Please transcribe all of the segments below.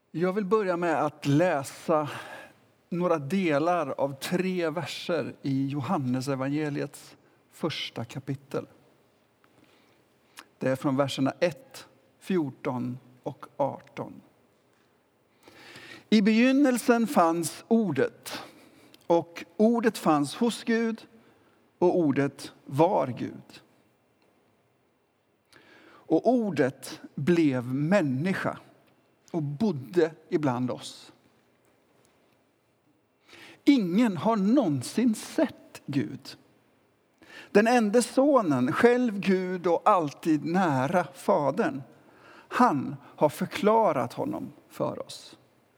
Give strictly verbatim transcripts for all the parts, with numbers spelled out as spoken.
Jag vill börja med att läsa några delar av tre verser i Johannesevangeliets första kapitel. Det är från verserna ett, fjorton och arton. I begynnelsen fanns ordet, och ordet fanns hos Gud, och ordet var Gud. Och ordet blev människa och bodde ibland oss. Ingen har någonsin sett Gud. Den enda sonen, själv Gud och alltid nära Fadern, han har förklarat honom för oss.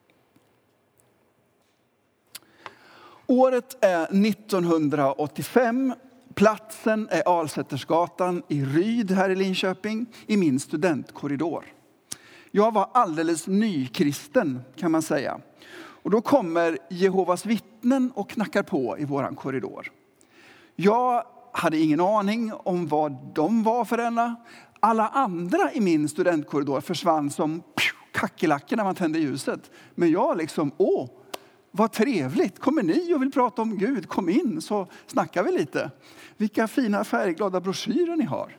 Året är nittonhundraåttiofem. Platsen är Alsättersgatan i Ryd här i Linköping, i min studentkorridor. Jag var alldeles nykristen kan man säga. Och då kommer Jehovas vittnen och knackar på i våran korridor. Jag hade ingen aning om vad de var för ena. Alla andra i min studentkorridor försvann som kackerlackor när man tände ljuset. Men jag liksom, åh, vad trevligt. Kommer ni och vill prata om Gud? Kom in så snackar vi lite. Vilka fina färgglada broschyrer ni har.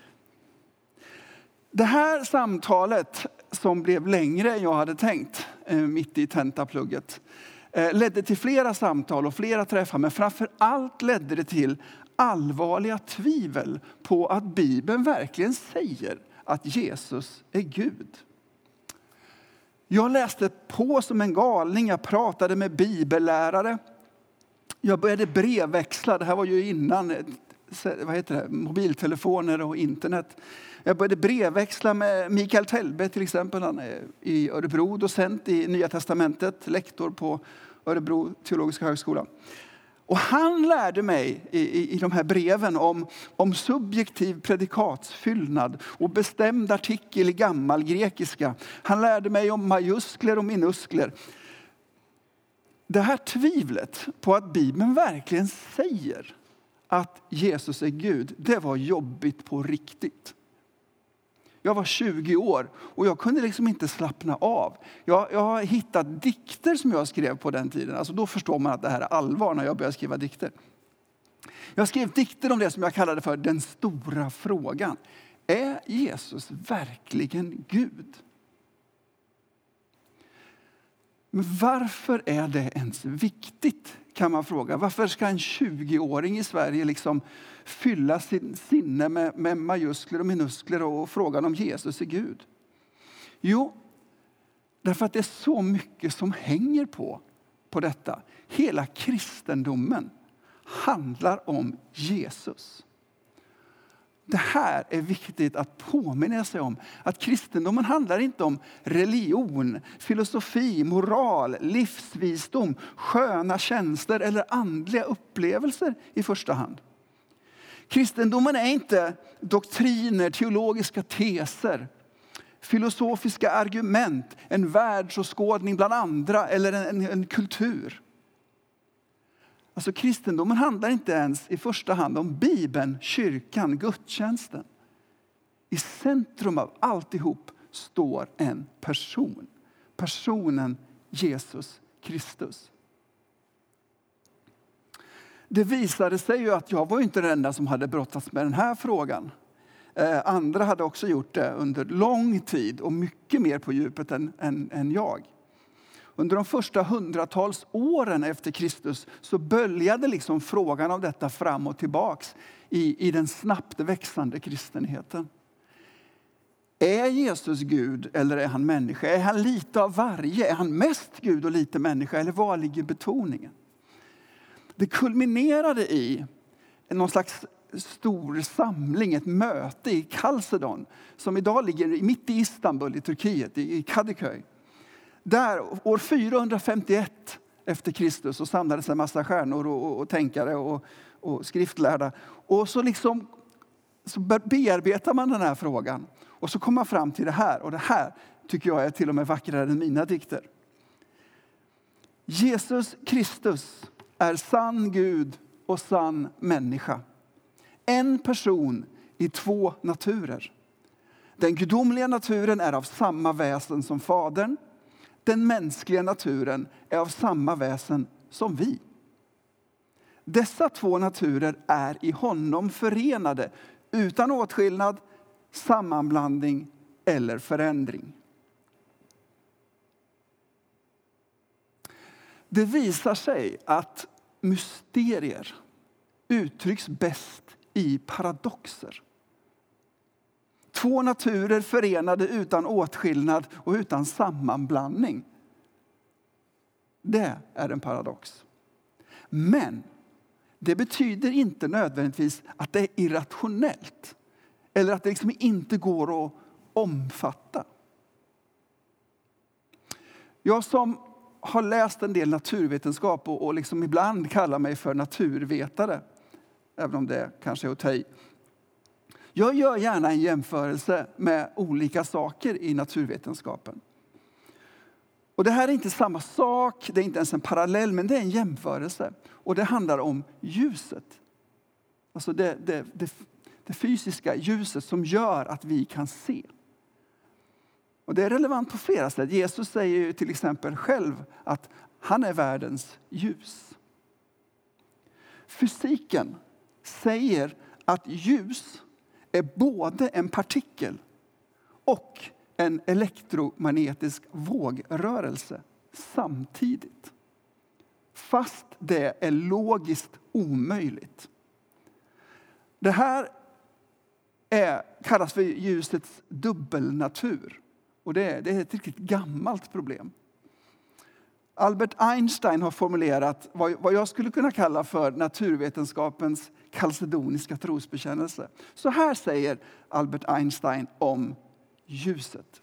Det här samtalet som blev längre än jag hade tänkt eh, mitt i tentaplugget eh, ledde till flera samtal och flera träffar. Men framför allt ledde det till allvarliga tvivel på att Bibeln verkligen säger att Jesus är Gud. Jag läste på som en galning. Jag pratade med bibellärare. Jag började brevväxla. Det här var ju innan vad heter det? mobiltelefoner och internet. Jag började brevväxla med Mikael Tellbe till exempel. Han är i Örebro, docent i Nya testamentet. Lektor på Örebro teologiska högskola. Och han lärde mig i, i, i de här breven om, om subjektiv predikatsfyllnad och bestämd artikel i gammal grekiska. Han lärde mig om majuskler och minuskler. Det här tvivlet på att Bibeln verkligen säger att Jesus är Gud, det var jobbigt på riktigt. Jag var tjugo år och jag kunde liksom inte slappna av. Jag, jag har hittat dikter som jag skrev på den tiden. Alltså då förstår man att det här är allvar när jag börjar skriva dikter. Jag skrev dikter om det som jag kallade för den stora frågan. Är Jesus verkligen Gud? Men varför är det ens viktigt, kan man fråga. Varför ska en tjugo-åring i Sverige liksom fylla sin sinne med, med majuskler och minuskler och frågan om Jesus är Gud? Jo, därför att det är så mycket som hänger på, på detta. Hela kristendomen handlar om Jesus. Det här är viktigt att påminna sig om. Att kristendomen handlar inte om religion, filosofi, moral, livsvisdom, sköna tjänster eller andliga upplevelser i första hand. Kristendomen är inte doktriner, teologiska teser, filosofiska argument, en världsåskådning bland andra eller en, en, en kultur. Alltså kristendomen handlar inte ens i första hand om Bibeln, kyrkan, gudstjänsten. I centrum av alltihop står en person. Personen Jesus Kristus. Det visade sig ju att jag var inte den enda som hade brottats med den här frågan. Eh, andra hade också gjort det under lång tid och mycket mer på djupet än, än, än jag. Under de första hundratals åren efter Kristus så böljade liksom frågan om detta fram och tillbaks i, i den snabbt växande kristenheten. Är Jesus Gud eller är han människa? Är han lite av varje? Är han mest Gud och lite människa? Eller var ligger betoningen? Det kulminerade i någon slags stor samling, ett möte i Kalsedon som idag ligger mitt i Istanbul i Turkiet, i Kadıköy. Där år fyrahundrafemtioett efter Kristus så samlades en massa stjärnor och, och, och tänkare och, och skriftlärda. Och så liksom så bearbetar man den här frågan. Och så kommer man fram till det här. Och det här tycker jag är till och med vackrare än mina dikter. Jesus Kristus är sann Gud och sann människa. En person i två naturer. Den gudomliga naturen är av samma väsen som Fadern. Den mänskliga naturen är av samma väsen som vi. Dessa två naturer är i honom förenade utan åtskillnad, sammanblandning eller förändring. Det visar sig att mysterier uttrycks bäst i paradoxer. Två naturer förenade utan åtskillnad och utan sammanblandning. Det är en paradox. Men det betyder inte nödvändigtvis att det är irrationellt. Eller att det liksom inte går att omfatta. Jag som har läst en del naturvetenskap och, och liksom ibland kallar mig för naturvetare. Även om det kanske är att ta i. Jag gör gärna en jämförelse med olika saker i naturvetenskapen. Och det här är inte samma sak, det är inte ens en parallell, men det är en jämförelse. Och det handlar om ljuset. Alltså det, det, det, det fysiska ljuset som gör att vi kan se. Och det är relevant på flera sätt. Jesus säger ju till exempel själv att han är världens ljus. Fysiken säger att ljus är både en partikel och en elektromagnetisk vågrörelse samtidigt. Fast det är logiskt omöjligt. Det här är, kallas för ljusets dubbelnatur. Och det är, det är ett riktigt gammalt problem. Albert Einstein har formulerat vad, vad jag skulle kunna kalla för naturvetenskapens kalcedoniska trosbekännelse. Så här säger Albert Einstein om ljuset.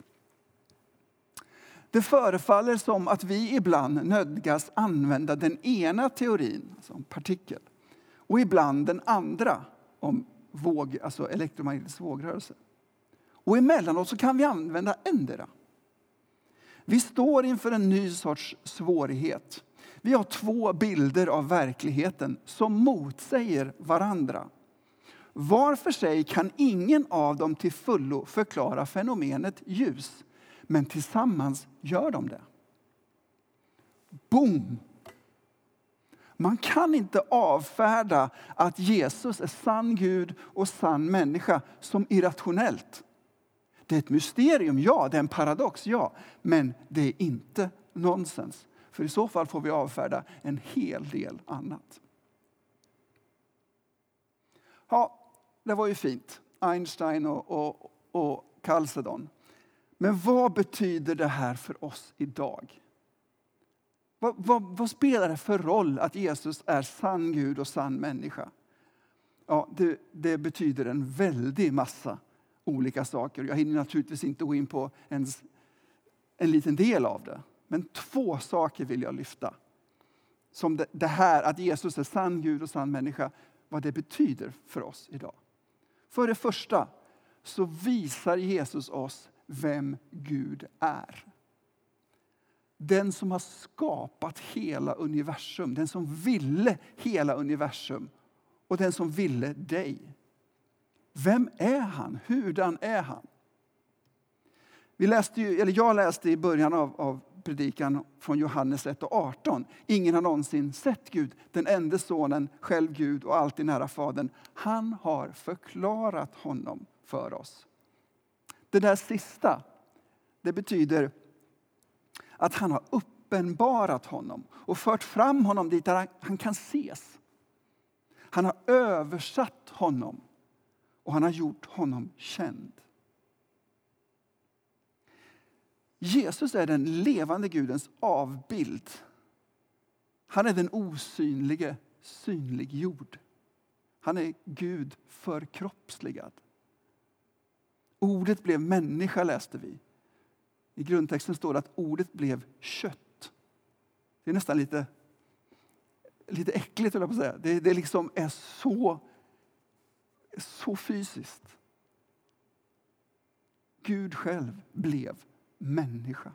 Det förefaller som att vi ibland nödgas använda den ena teorin som partikel och ibland den andra om våg, alltså elektromagnetisk vågrörelse. Och emellanåt så kan vi använda ändera. Vi står inför en ny sorts svårighet. Vi har två bilder av verkligheten som motsäger varandra. Var för sig kan ingen av dem till fullo förklara fenomenet ljus. Men tillsammans gör de det. Boom! Man kan inte avfärda att Jesus är sann Gud och sann människa som irrationellt. Det är ett mysterium, ja. Det är en paradox, ja. Men det är inte nonsens. För i så fall får vi avfärda en hel del annat. Ja, det var ju fint. Einstein och, och, och Chalcedon. Men vad betyder det här för oss idag? Vad, vad, vad spelar det för roll att Jesus är sann Gud och sann människa? Ja, det, det betyder en väldig massa olika saker. Jag hinner naturligtvis inte gå in på ens en liten del av det. Men två saker vill jag lyfta. Som det, det här att Jesus är sann Gud och sann människa. Vad det betyder för oss idag. För det första så visar Jesus oss vem Gud är. Den som har skapat hela universum. Den som ville hela universum. Och den som ville dig. Vem är han? Hurdan är han? Vi läste ju, eller jag läste i början av, av predikan från Johannes ett och arton. Ingen har någonsin sett Gud. Den enda sonen, själv Gud och alltid nära fadern. Han har förklarat honom för oss. Det där sista, det betyder att han har uppenbarat honom och fört fram honom dit där han, han kan ses. Han har översatt honom och han har gjort honom känd. Jesus är den levande Gudens avbild. Han är den osynlige synliggjord. Han är Gud förkroppsligad. Ordet blev människa, läste vi. I grundtexten står det att ordet blev kött. Det är nästan lite, lite äckligt, vill jag säga. Det, det liksom är så, så fysiskt. Gud själv blev människa.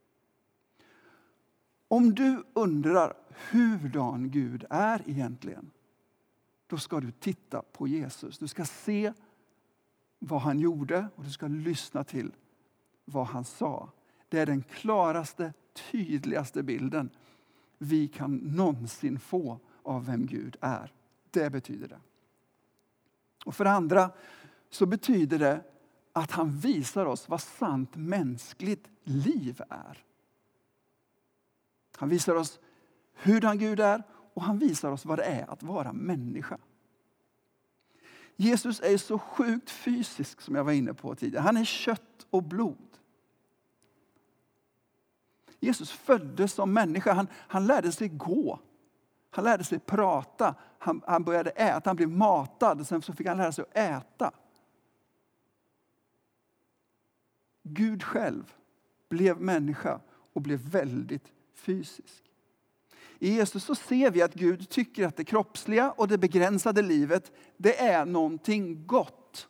Om du undrar hurdan Gud är egentligen, då ska du titta på Jesus. Du ska se vad han gjorde och du ska lyssna till vad han sa. Det är den klaraste tydligaste bilden vi kan någonsin få av vem Gud är. Det betyder det. Och för det andra så betyder det att han visar oss vad sant mänskligt liv är. Han visar oss hurdan Gud är och han visar oss vad det är att vara människa. Jesus är så sjukt fysisk som jag var inne på tidigare. Han är kött och blod. Jesus föddes som människa. Han, han lärde sig gå. Han lärde sig prata. Han, han började äta. Han blev matad. Sen så fick han lära sig att äta. Gud själv blev människa och blev väldigt fysisk. I Jesus så ser vi att Gud tycker att det kroppsliga och det begränsade livet, det är någonting gott.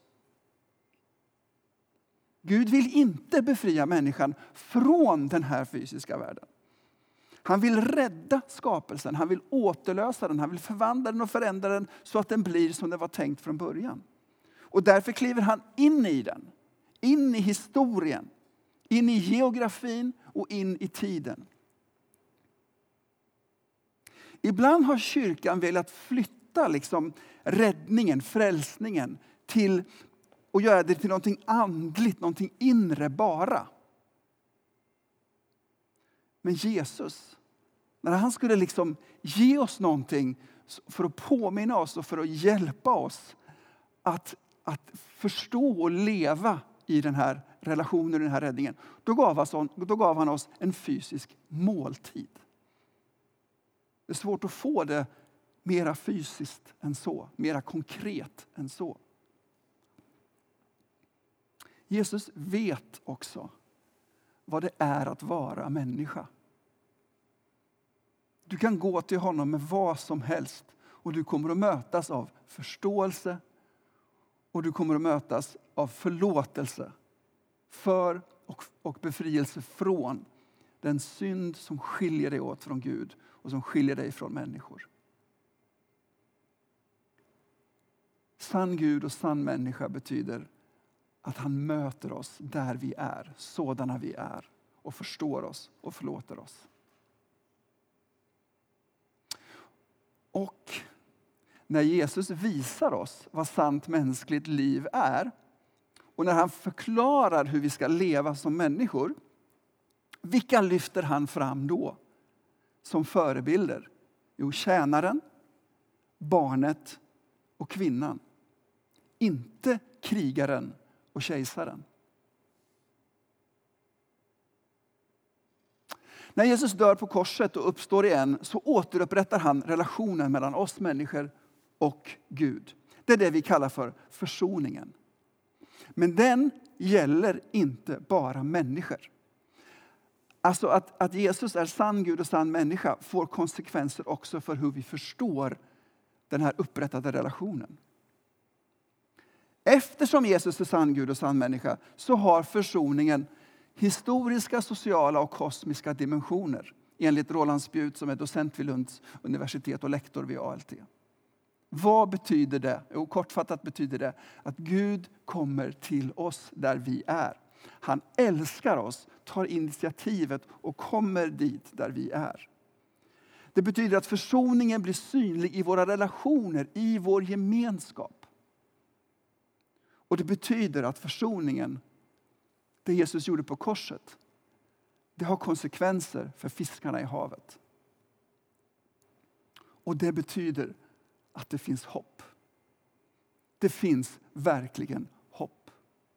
Gud vill inte befria människan från den här fysiska världen. Han vill rädda skapelsen, han vill återlösa den, han vill förvandla den och förändra den så att den blir som det var tänkt från början. Och därför kliver han in i den, in i historien, in i geografin och in i tiden. Ibland har kyrkan velat flytta liksom räddningen, frälsningen till och göra det till någonting andligt, någonting inre bara. Men Jesus, när han skulle liksom ge oss någonting för att påminna oss och för att hjälpa oss att, att förstå och leva i den här relationen, den här räddningen, då gav, han, då gav han oss en fysisk måltid. Det är svårt att få det mera fysiskt än så, mera konkret än så. Jesus vet också vad det är att vara människa. Du kan gå till honom med vad som helst och du kommer att mötas av förståelse och du kommer att mötas av förlåtelse för och, och befrielse från den synd som skiljer dig åt från Gud och som skiljer dig från människor. Sann Gud och sann människa betyder att han möter oss där vi är, sådana vi är, och förstår oss och förlåter oss. Och när Jesus visar oss vad sant mänskligt liv är och när han förklarar hur vi ska leva som människor, vilka lyfter han fram då som förebilder? Jo, tjänaren, barnet och kvinnan. Inte krigaren och kejsaren. När Jesus dör på korset och uppstår igen så återupprättar han relationen mellan oss människor och Gud. Det är det vi kallar för försoningen. Men den gäller inte bara människor. Alltså att, att Jesus är sann Gud och sann människa får konsekvenser också för hur vi förstår den här upprättade relationen. Eftersom Jesus är sann Gud och sann människa så har försoningen historiska, sociala och kosmiska dimensioner. Enligt Roland Spjut som är docent vid Lunds universitet och lektor vid A L T. Vad betyder det? Jo, kortfattat betyder det att Gud kommer till oss där vi är. Han älskar oss, tar initiativet och kommer dit där vi är. Det betyder att försoningen blir synlig i våra relationer, i vår gemenskap. Och det betyder att försoningen, det Jesus gjorde på korset, det har konsekvenser för fiskarna i havet. Och det betyder att det finns hopp. Det finns verkligen hopp.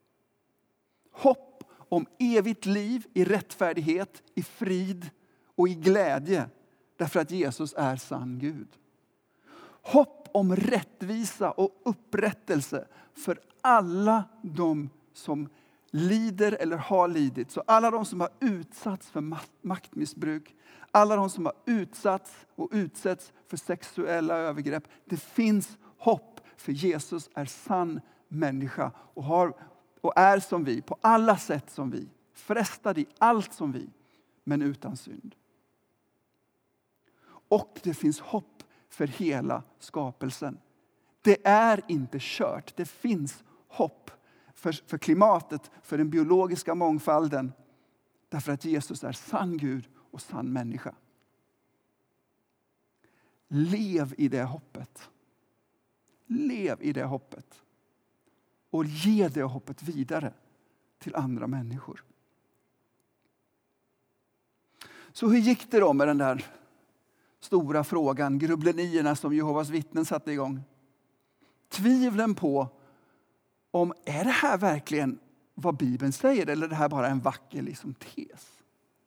Hopp om evigt liv i rättfärdighet, i frid och i glädje. Därför att Jesus är sann Gud. Hopp om rättvisa och upprättelse för alla de som lider eller har lidit. Så alla de som har utsatts för maktmissbruk. Alla de som har utsatts och utsätts för sexuella övergrepp. Det finns hopp för Jesus är sann människa och, har, och är som vi på alla sätt som vi. Frestad i allt som vi, men utan synd. Och det finns hopp för hela skapelsen. Det är inte kört. Det finns hopp för, för klimatet, för den biologiska mångfalden. Därför att Jesus är sann Gud och sann människa. Lev i det hoppet. Lev i det hoppet. Och ge det hoppet vidare till andra människor. Så hur gick det då med den där stora frågan, grubblenierna som Jehovas vittnen satte igång? Tvivlen på om är det här verkligen vad Bibeln säger eller är det här bara en vacker liksom tes?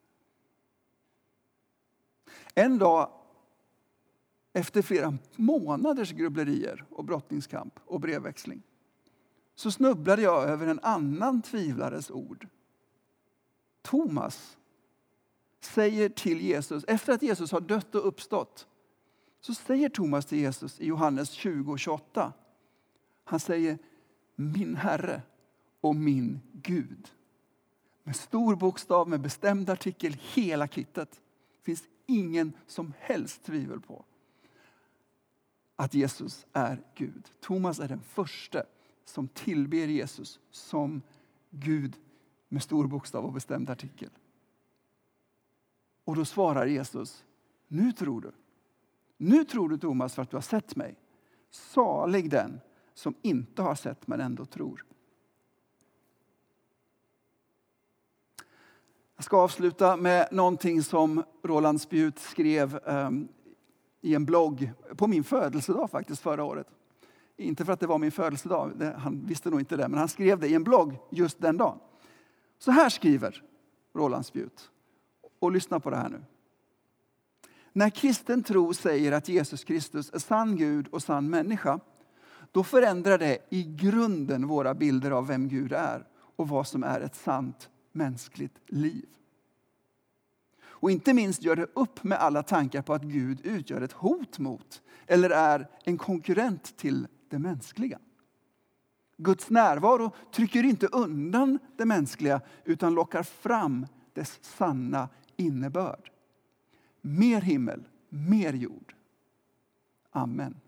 En dag efter flera månaders grubblerier och brottningskamp och brevväxling så snubblade jag över en annan tvivlares ord. Thomas säger till Jesus, efter att Jesus har dött och uppstått, så säger Thomas till Jesus i Johannes tjugo tjugoåtta. Han säger, min Herre och min Gud. Med stor bokstav, med bestämd artikel, hela kittet. Det finns ingen som helst tvivel på att Jesus är Gud. Thomas är den första som tillber Jesus som Gud med stor bokstav och bestämd artikel. Och då svarar Jesus, nu tror du. Nu tror du Thomas för att du har sett mig. Salig den som inte har sett men ändå tror. Jag ska avsluta med någonting som Roland Spjut skrev um, i en blogg på min födelsedag faktiskt förra året. Inte för att det var min födelsedag, det, han visste nog inte det, men han skrev det i en blogg just den dagen. Så här skriver Roland Spjut. Och lyssna på det här nu. När kristen tro säger att Jesus Kristus är sann Gud och sann människa, då förändrar det i grunden våra bilder av vem Gud är och vad som är ett sant mänskligt liv. Och inte minst gör det upp med alla tankar på att Gud utgör ett hot mot eller är en konkurrent till det mänskliga. Guds närvaro trycker inte undan det mänskliga utan lockar fram dess sanna innebörd. Mer himmel, mer jord. Amen.